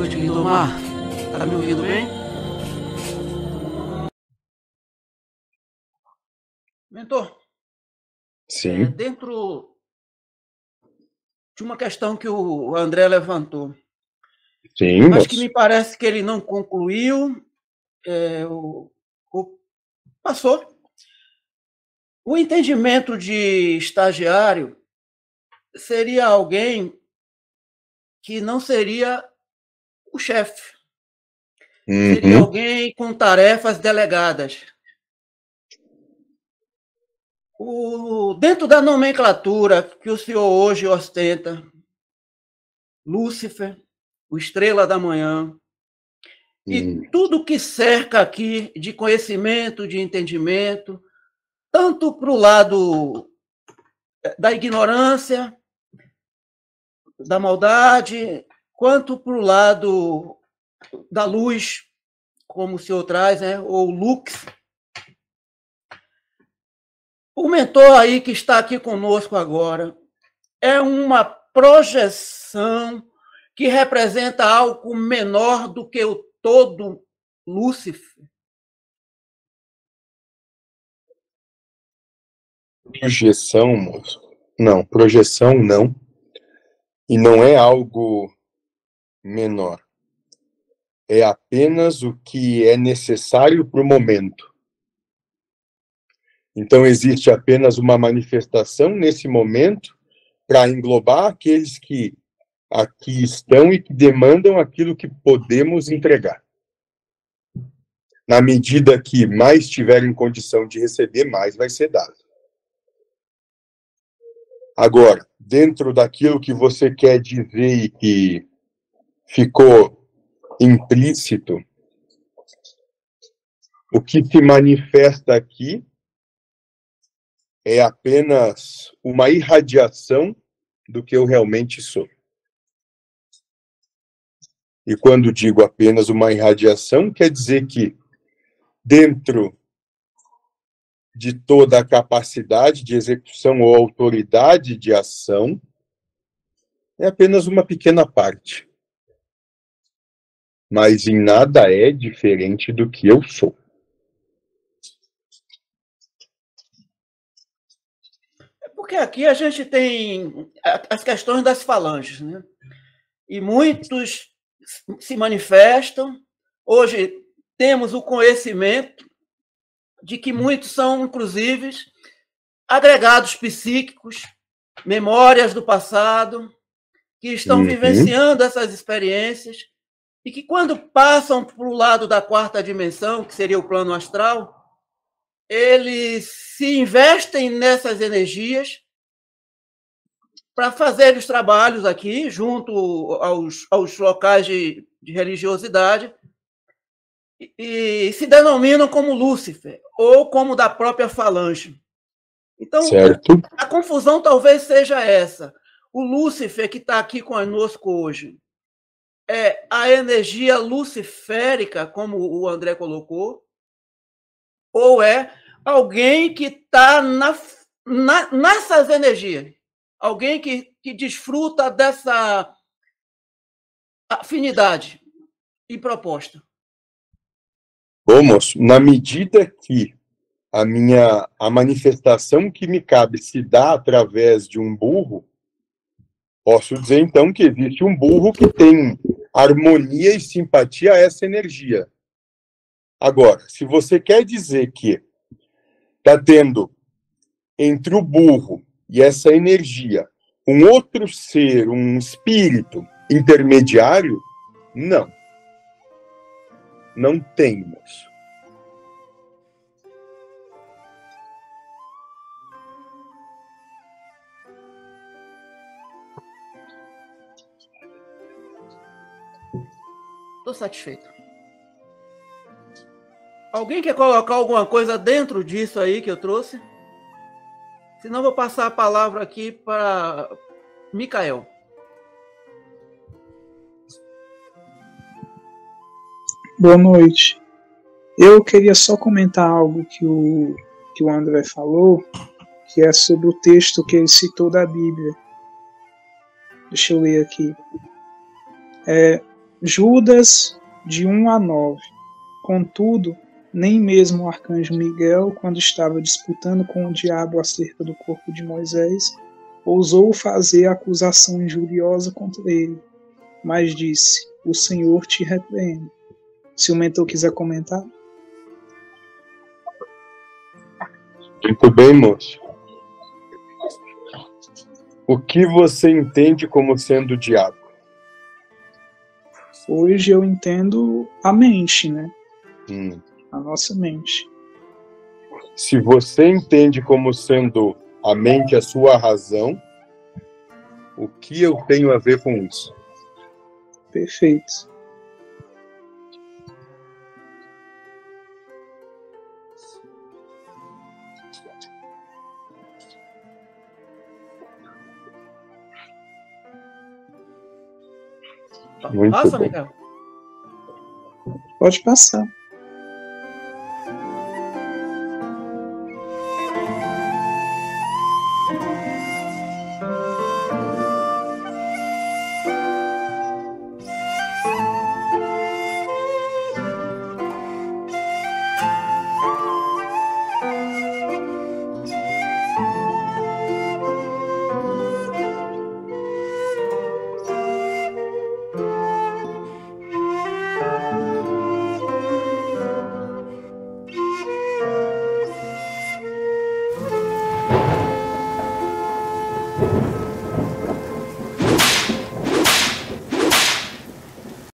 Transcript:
noite, Lindomar. Tá me ouvindo bem? Mentor, Sim. dentro de uma questão que o André levantou, Sim, mas que moço. me parece que ele não concluiu, passou. O entendimento de estagiário seria alguém que não seria o chefe. Seria alguém com tarefas delegadas. Dentro da nomenclatura que o senhor hoje ostenta, Lúcifer, o Estrela da Manhã, e tudo que cerca aqui de conhecimento, de entendimento, tanto para o lado da ignorância, da maldade, quanto para o lado da luz, como o senhor traz, né? Ou lux. O mentor aí que está aqui conosco agora é uma projeção que representa algo menor do que o todo Lúcifer. Projeção, moço? Não, projeção não. E não é algo menor. É apenas o que é necessário para o momento. Então, existe apenas uma manifestação nesse momento para englobar aqueles que aqui estão e que demandam aquilo que podemos entregar. Na medida que mais tiverem condição de receber, mais vai ser dado. Agora, dentro daquilo que você quer dizer e que ficou implícito, o que se manifesta aqui é apenas uma irradiação do que eu realmente sou. E quando digo apenas uma irradiação, quer dizer que dentro de toda a capacidade de execução ou autoridade de ação, é apenas uma pequena parte. Mas em nada é diferente do que eu sou. Porque aqui a gente tem as questões das falanges, né? E muitos se manifestam. Hoje temos o conhecimento de que muitos são, inclusive, agregados psíquicos, memórias do passado, que estão vivenciando essas experiências e que, quando passam para o lado da quarta dimensão, que seria o plano astral, eles se investem nessas energias para fazer os trabalhos aqui, junto aos locais de religiosidade, e se denominam como Lúcifer, ou como da própria falange. Então, certo. A confusão talvez seja essa. O Lúcifer que está aqui conosco hoje é a energia luciférica, como o André colocou, ou é alguém que está nessas energias, alguém que desfruta dessa afinidade e proposta. Bom, moço, na medida que a manifestação que me cabe se dá através de um burro, posso dizer então que existe um burro que tem harmonia e simpatia a essa energia. Agora, se você quer dizer que está tendo entre o burro e essa energia um outro ser, um espírito intermediário, não. Não tem, moço. Estou satisfeito. Alguém quer colocar alguma coisa dentro disso aí que eu trouxe? Senão vou passar a palavra aqui para Micael. Boa noite. Eu queria só comentar algo que o André falou, que é sobre o texto que ele citou da Bíblia. Deixa eu ler aqui. Judas, de 1 a 9. Contudo, nem mesmo o arcanjo Miguel, quando estava disputando com o diabo acerca do corpo de Moisés, ousou fazer acusação injuriosa contra ele, mas disse: o Senhor te repreende. Se o mentor quiser comentar. Muito bem, moço. O que você entende como sendo o diabo? Hoje eu entendo a mente, né? A nossa mente. Se você entende como sendo a mente a sua razão, o que eu tenho a ver com isso? Perfeito. Muito Passa, bom. Miguel. Pode passar.